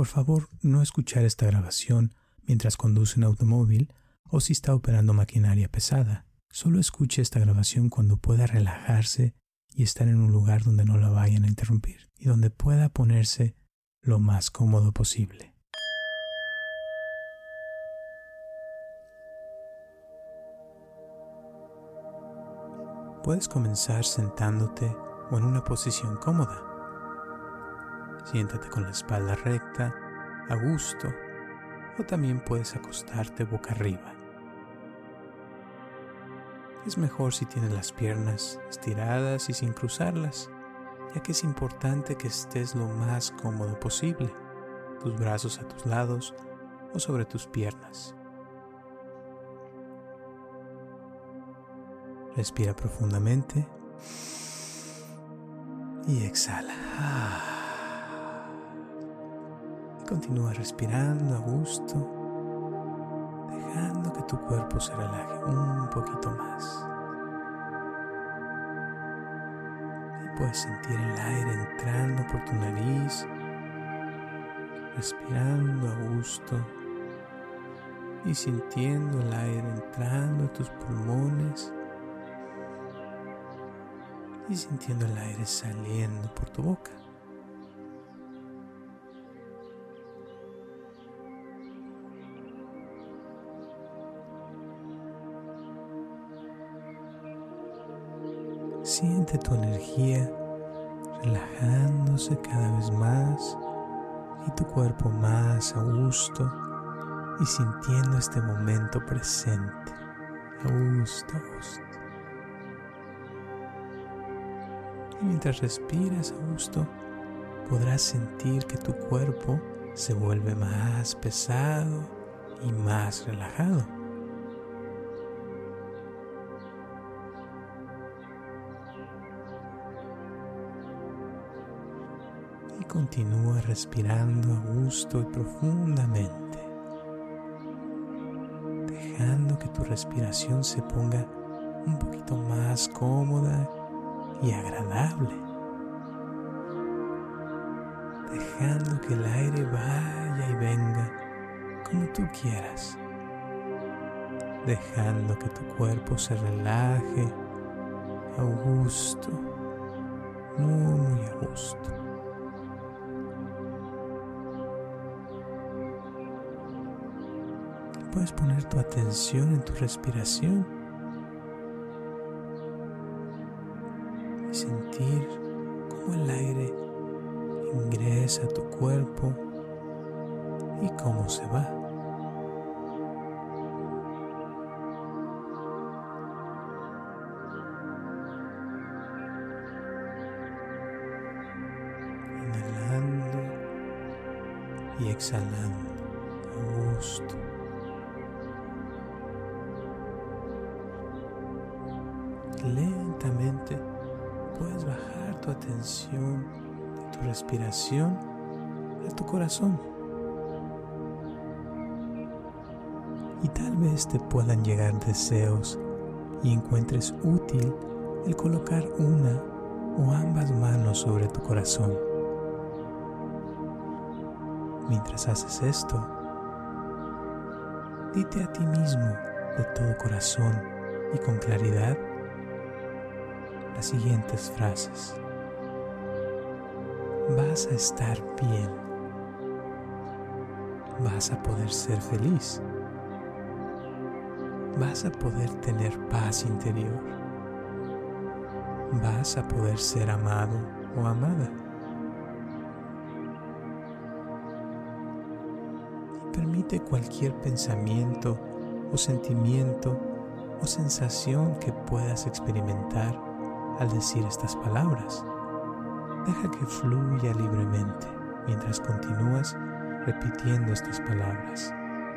Por favor, no escuchar esta grabación mientras conduce un automóvil o si está operando maquinaria pesada. Solo escuche esta grabación cuando pueda relajarse y estar en un lugar donde no la vayan a interrumpir y donde pueda ponerse lo más cómodo posible. Puedes comenzar sentándote o en una posición cómoda. Siéntate con la espalda recta, a gusto, o también puedes acostarte boca arriba. Es mejor si tienes las piernas estiradas y sin cruzarlas, ya que es importante que estés lo más cómodo posible, tus brazos a tus lados o sobre tus piernas. Respira profundamente y exhala. Y continúa respirando a gusto, dejando que tu cuerpo se relaje un poquito más. Y puedes sentir el aire entrando por tu nariz, respirando a gusto y sintiendo el aire entrando a tus pulmones y sintiendo el aire saliendo por tu boca. Siente tu energía relajándose cada vez más y tu cuerpo más a gusto y sintiendo este momento presente, a gusto, a gusto. Y mientras respiras a gusto, podrás sentir que tu cuerpo se vuelve más pesado y más relajado. Y continúa respirando a gusto y profundamente, dejando que tu respiración se ponga un poquito más cómoda y agradable, dejando que el aire vaya y venga como tú quieras, dejando que tu cuerpo se relaje a gusto, muy a gusto. Puedes poner tu atención en tu respiración y sentir cómo el aire ingresa a tu cuerpo y cómo se va. Inhalando y exhalando a gusto. Lentamente puedes bajar tu atención de tu respiración a tu corazón. Y tal vez te puedan llegar deseos y encuentres útil el colocar una o ambas manos sobre tu corazón. Mientras haces esto, dite a ti mismo de todo corazón y con claridad las siguientes frases. Vas a estar bien. Vas a poder ser feliz. Vas a poder tener paz interior. Vas a poder ser amado o amada. Y permite cualquier pensamiento o sentimiento o sensación que puedas experimentar al decir estas palabras. Deja que fluya libremente mientras continúas repitiendo estas palabras.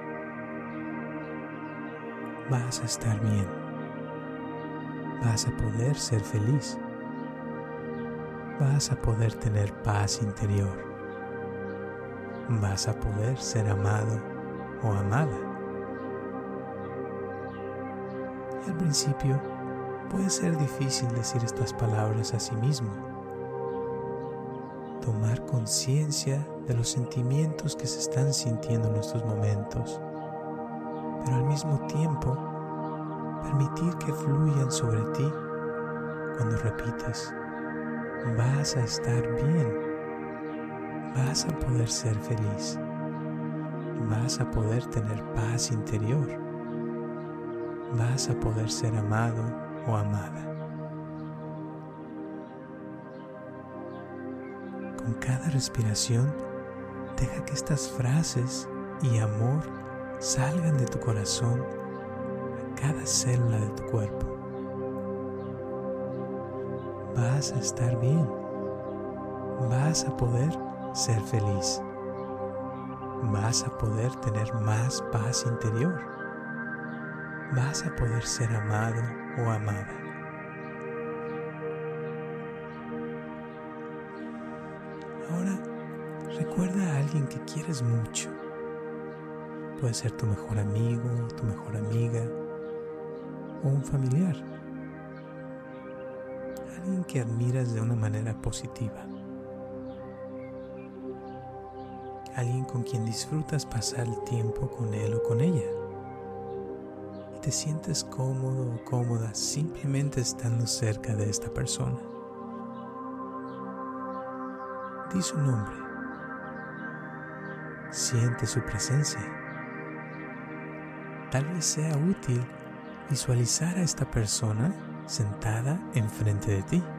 Vas a estar bien. Vas a poder ser feliz. Vas a poder tener paz interior. Vas a poder ser amado o amada. Y al principio puede ser difícil decir estas palabras a sí mismo. tomar conciencia de los sentimientos que se están sintiendo en estos momentos, pero al mismo tiempo permitir que fluyan sobre ti cuando repites: vas a estar bien, vas a poder ser feliz, vas a poder tener paz interior, vas a poder ser amado o amada. Con cada respiración, deja que estas frases y amor salgan de tu corazón a cada célula de tu cuerpo. Vas a estar bien, vas a poder ser feliz, vas a poder tener más paz interior, vas a poder ser amado o amada. Ahora, recuerda a alguien que quieres mucho. Puede ser tu mejor amigo, tu mejor amiga o un familiar. Alguien que admiras de una manera positiva. Alguien con quien disfrutas pasar el tiempo con él o con ella. Y te sientes cómodo o cómoda simplemente estando cerca de esta persona. Di su nombre. Siente su presencia. Tal vez sea útil visualizar a esta persona sentada enfrente de ti.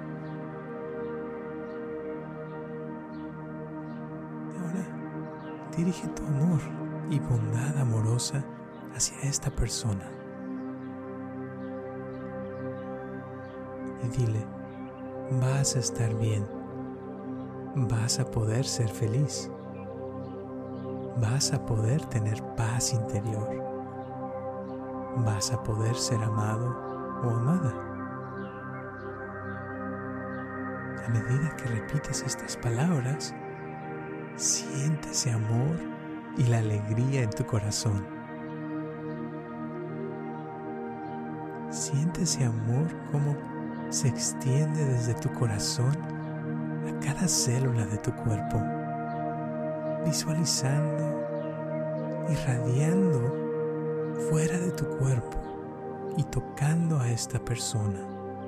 Ahora, dirige tu amor y bondad amorosa hacia esta persona. Y dile: vas a estar bien, vas a poder ser feliz, vas a poder tener paz interior, vas a poder ser amado o amada. A medida que repites estas palabras, siente ese amor y la alegría en tu corazón. Siente ese amor como se extiende desde tu corazón a cada célula de tu cuerpo, visualizando, irradiando fuera de tu cuerpo y tocando a esta persona.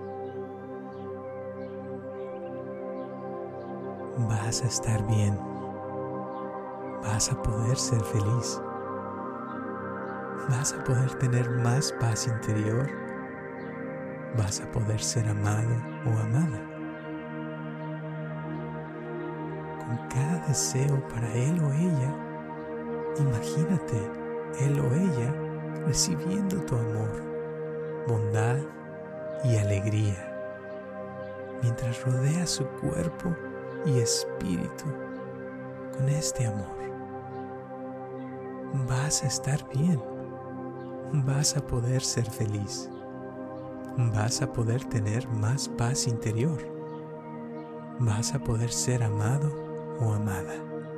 Vas a estar bien, vas a poder ser feliz, vas a poder tener más paz interior, vas a poder ser amado o amada. Con cada deseo para él o ella, imagínate él o ella recibiendo tu amor, bondad y alegría, mientras rodea su cuerpo y espíritu con este amor. Vas a estar bien, vas a poder ser feliz, vas a poder tener más paz interior, vas a poder ser amado o amada.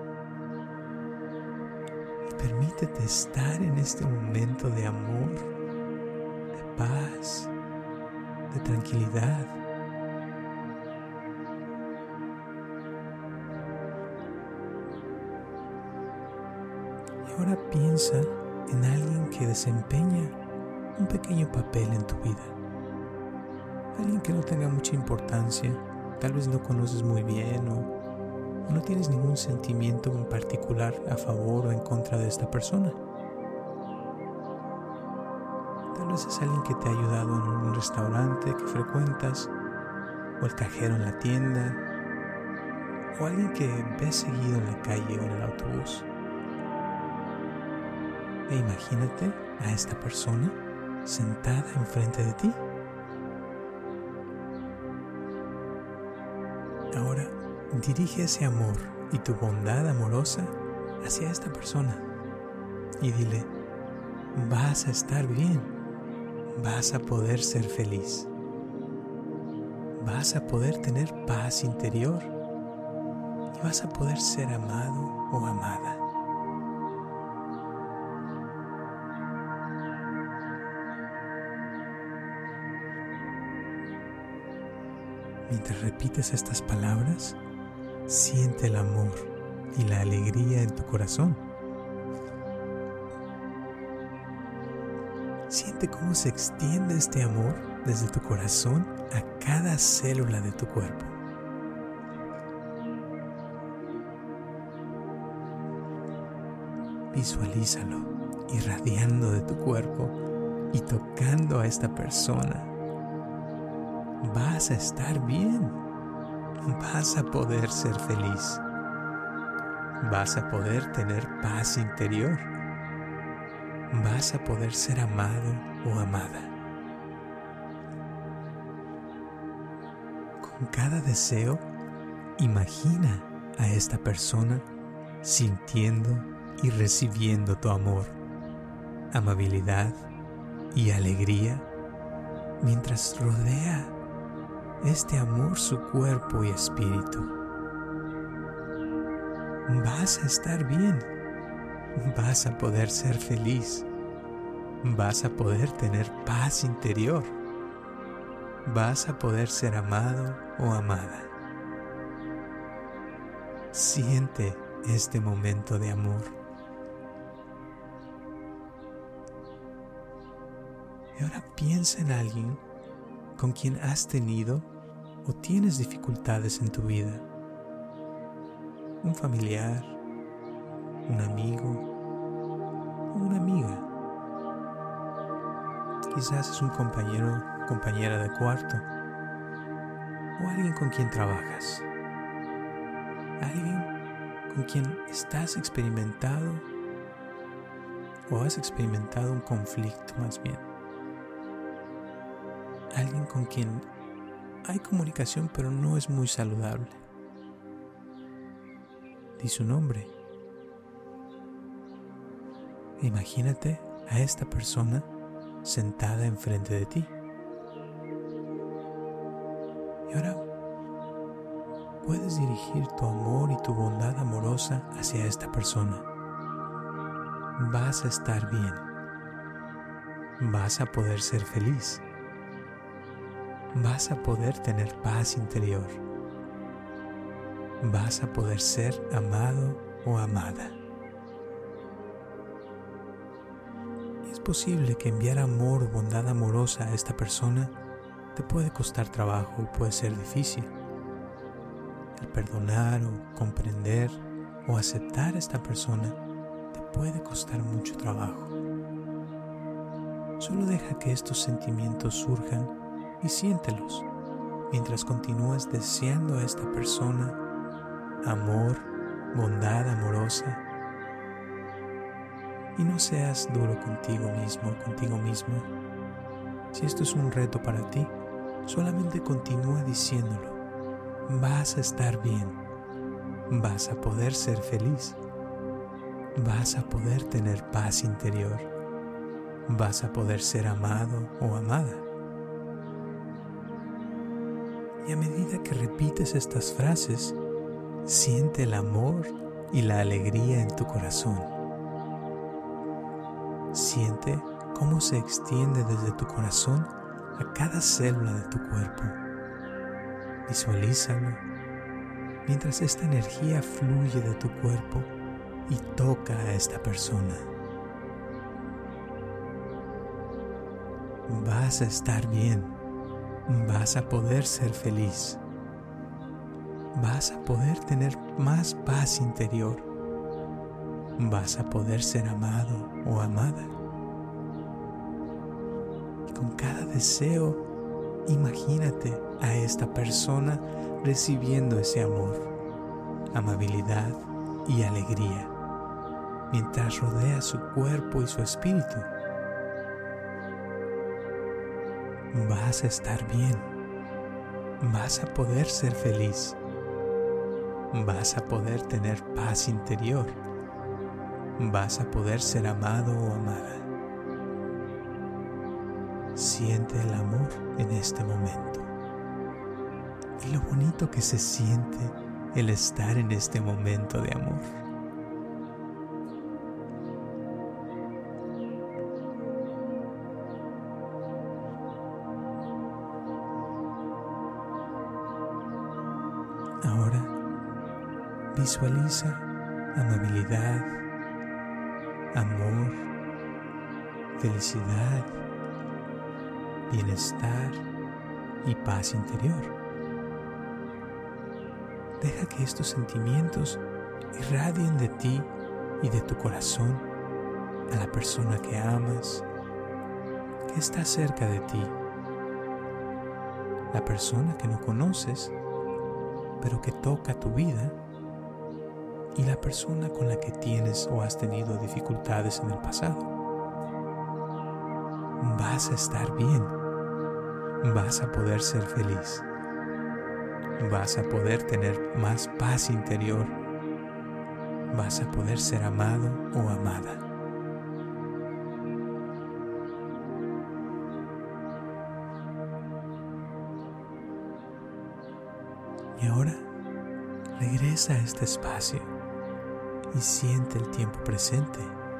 Permítete estar en este momento de amor, de paz, de tranquilidad. Y ahora piensa en alguien que desempeña un pequeño papel en tu vida. Alguien que no tenga mucha importancia, tal vez no conoces muy bien o no tienes ningún sentimiento en particular a favor o en contra de esta persona. Tal vez es alguien que te ha ayudado en un restaurante que frecuentas, o el cajero en la tienda, o alguien que ves seguido en la calle o en el autobús. E imagínate a esta persona sentada enfrente de ti. Ahora, dirige ese amor y tu bondad amorosa hacia esta persona y dile: vas a estar bien, vas a poder ser feliz, vas a poder tener paz interior y vas a poder ser amado o amada. Mientras repites estas palabras, Siente el amor y la alegría en tu corazón. Siente cómo se extiende este amor desde tu corazón a cada célula de tu cuerpo. Visualízalo irradiando de tu cuerpo y tocando a esta persona. Vas a estar bien. Vas a poder ser feliz. Vas a poder tener paz interior. Vas a poder ser amado o amada. Con cada deseo, imagina a esta persona sintiendo y recibiendo tu amor, amabilidad y alegría mientras rodea este amor su cuerpo y espíritu. Vas a estar bien. Vas a poder ser feliz. Vas a poder tener paz interior. Vas a poder ser amado o amada. Siente este momento de amor. Y ahora piensa en alguien con quien has tenido o tienes dificultades en tu vida. Un familiar, un amigo o una amiga. Quizás es un compañero, compañera de cuarto o alguien con quien trabajas. Alguien con quien estás experimentado o has experimentado un conflicto más bien. Alguien con quien hay comunicación pero no es muy saludable. Di su nombre. Imagínate a esta persona sentada enfrente de ti. Y ahora puedes dirigir tu amor y tu bondad amorosa hacia esta persona. Vas a estar bien. Vas a poder ser feliz. Vas a poder tener paz interior. Vas a poder ser amado o amada. Es posible que enviar amor o bondad amorosa a esta persona te puede costar trabajo y puede ser difícil. El perdonar o comprender o aceptar a esta persona te puede costar mucho trabajo. Solo deja que estos sentimientos surjan y siéntelos mientras continúas deseando a esta persona amor, bondad amorosa. Y no seas duro contigo mismo o contigo misma. Si esto es un reto para ti, solamente continúa diciéndolo. Vas a estar bien. Vas a poder ser feliz. Vas a poder tener paz interior. Vas a poder ser amado o amada. Y a medida que repites estas frases, siente el amor y la alegría en tu corazón. Siente cómo se extiende desde tu corazón a cada célula de tu cuerpo. Visualízalo mientras esta energía fluye de tu cuerpo y toca a esta persona. Vas a estar bien. Vas a poder ser feliz. Vas a poder tener más paz interior. Vas a poder ser amado o amada. Y con cada deseo, imagínate a esta persona recibiendo ese amor, amabilidad y alegría, mientras rodea su cuerpo y su espíritu. Vas a estar bien. Vas a poder ser feliz. Vas a poder tener paz interior. Vas a poder ser amado o amada. Siente el amor en este momento. Y lo bonito que se siente el estar en este momento de amor. Ahora Visualiza amabilidad, amor, felicidad, bienestar y paz interior. Deja que estos sentimientos irradien de ti y de tu corazón a la persona que amas, que está cerca de ti, la persona que no conoces, pero que toca tu vida, y la persona con la que tienes o has tenido dificultades en el pasado. Vas a estar bien, vas a poder ser feliz, vas a poder tener más paz interior, vas a poder ser amado o amada. Y ahora regresa a este espacio y siente el tiempo presente,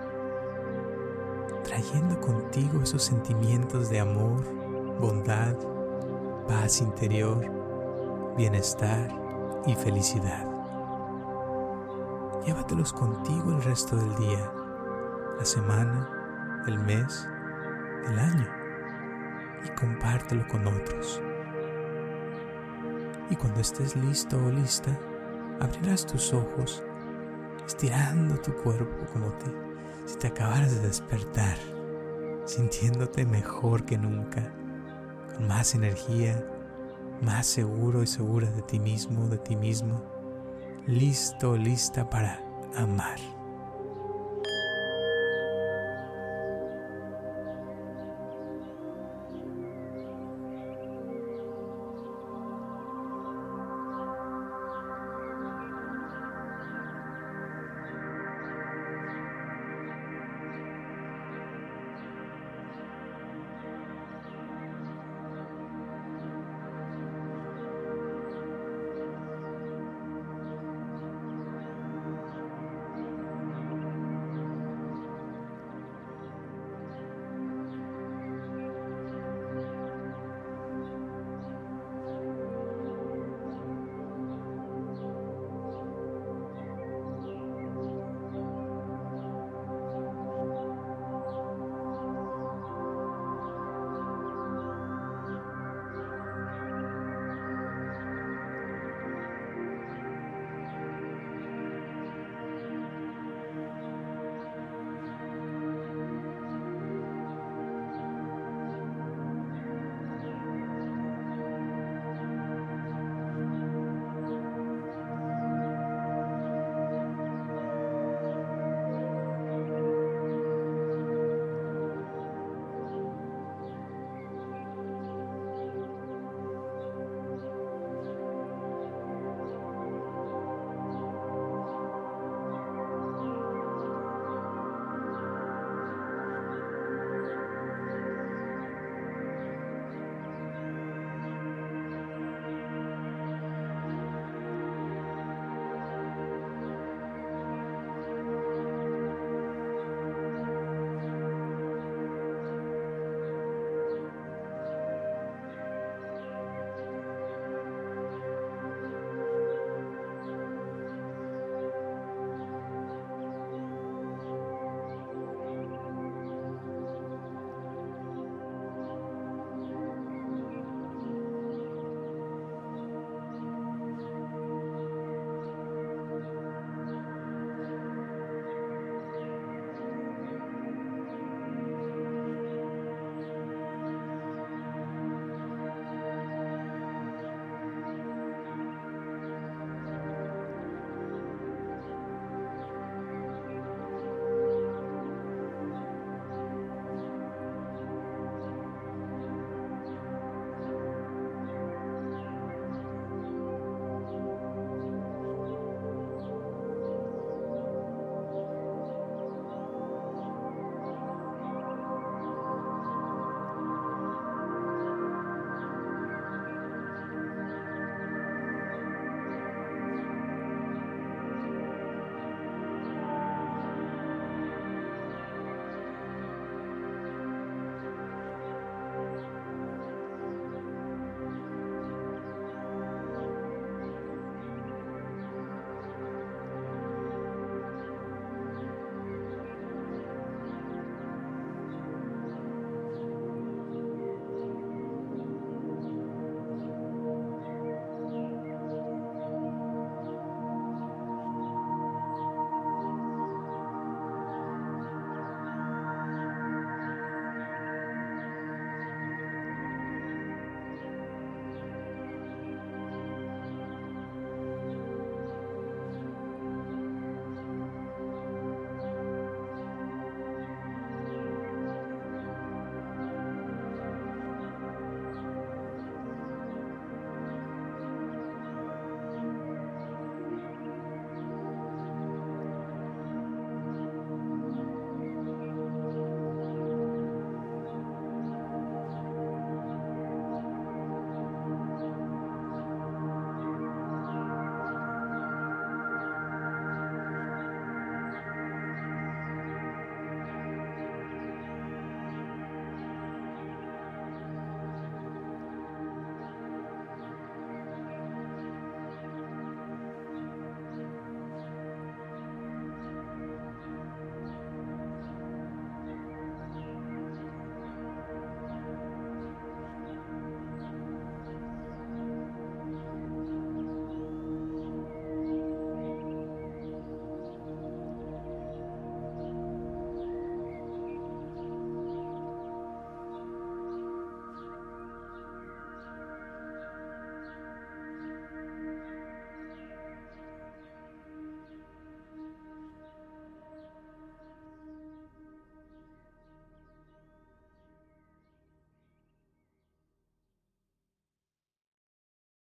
trayendo contigo esos sentimientos de amor, bondad, paz interior, bienestar y felicidad. Llévatelos contigo el resto del día, la semana, el mes, el año, y compártelo con otros. Y cuando estés listo o lista, abrirás tus ojos, estirando tu cuerpo como si te acabaras de despertar, sintiéndote mejor que nunca, con más energía, más seguro y segura de ti mismo, de ti mismo, listo o lista para amar.